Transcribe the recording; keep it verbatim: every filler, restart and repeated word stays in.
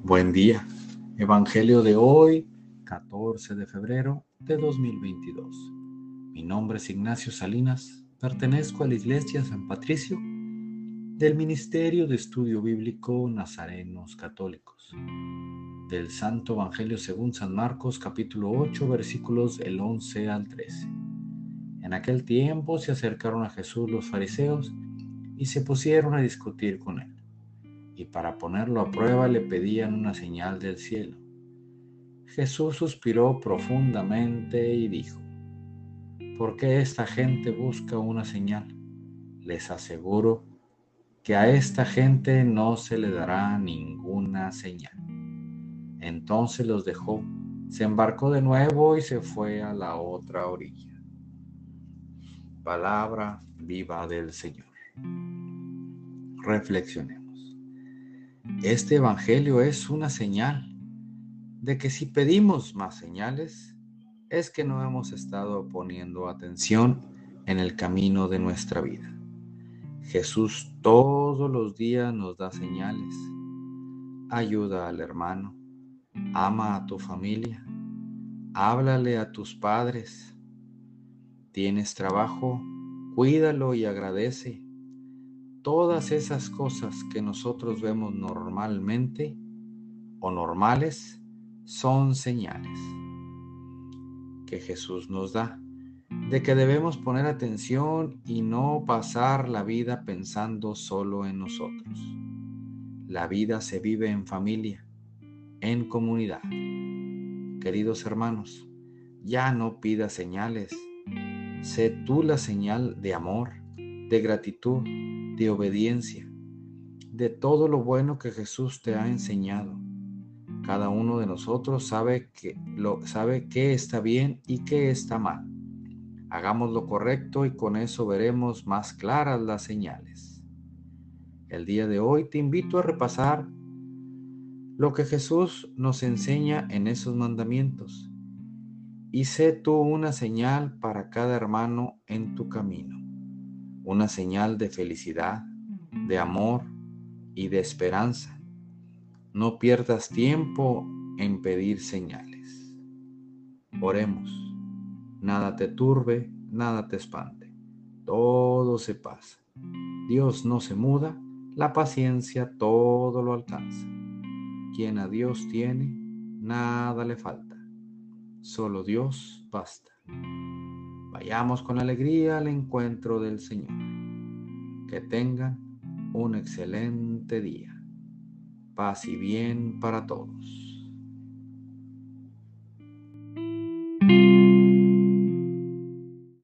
Buen día. Evangelio de hoy, catorce de febrero de dos mil veintidós. Mi nombre es Ignacio Salinas. Pertenezco a la Iglesia San Patricio del Ministerio de Estudio Bíblico Nazarenos Católicos. Del Santo Evangelio según San Marcos, capítulo ocho, versículos del once al trece. En aquel tiempo se acercaron a Jesús los fariseos y se pusieron a discutir con él. Y para ponerlo a prueba le pedían una señal del cielo. Jesús suspiró profundamente y dijo: ¿Por qué esta gente busca una señal? Les aseguro que a esta gente no se le dará ninguna señal. Entonces los dejó, se embarcó de nuevo y se fue a la otra orilla. Palabra viva del Señor. Reflexionemos. Este evangelio es una señal de que si pedimos más señales, es que no hemos estado poniendo atención en el camino de nuestra vida. Jesús todos los días nos da señales. Ayuda al hermano, ama a tu familia, háblale a tus padres. ¿Tienes trabajo? Cuídalo y agradece. Todas esas cosas que nosotros vemos normalmente o normales son señales que Jesús nos da, de que debemos poner atención y no pasar la vida pensando solo en nosotros. La vida se vive en familia, en comunidad. Queridos hermanos, ya no pidas señales. Sé tú la señal de amor, de gratitud, de obediencia, de todo lo bueno que Jesús te ha enseñado. Cada uno de nosotros sabe que lo sabe qué está bien y qué está mal. Hagamos lo correcto y con eso veremos más claras las señales. El día de hoy te invito a repasar lo que Jesús nos enseña en esos mandamientos y sé tú una señal para cada hermano en tu camino, una señal de felicidad, de amor y de esperanza. No pierdas tiempo en pedir señales. Oremos. Nada te turbe, nada te espante. Todo se pasa. Dios no se muda, la paciencia todo lo alcanza. Quien a Dios tiene, nada le falta. Solo Dios basta. Vayamos con alegría al encuentro del Señor. Que tengan un excelente día. Paz y bien para todos.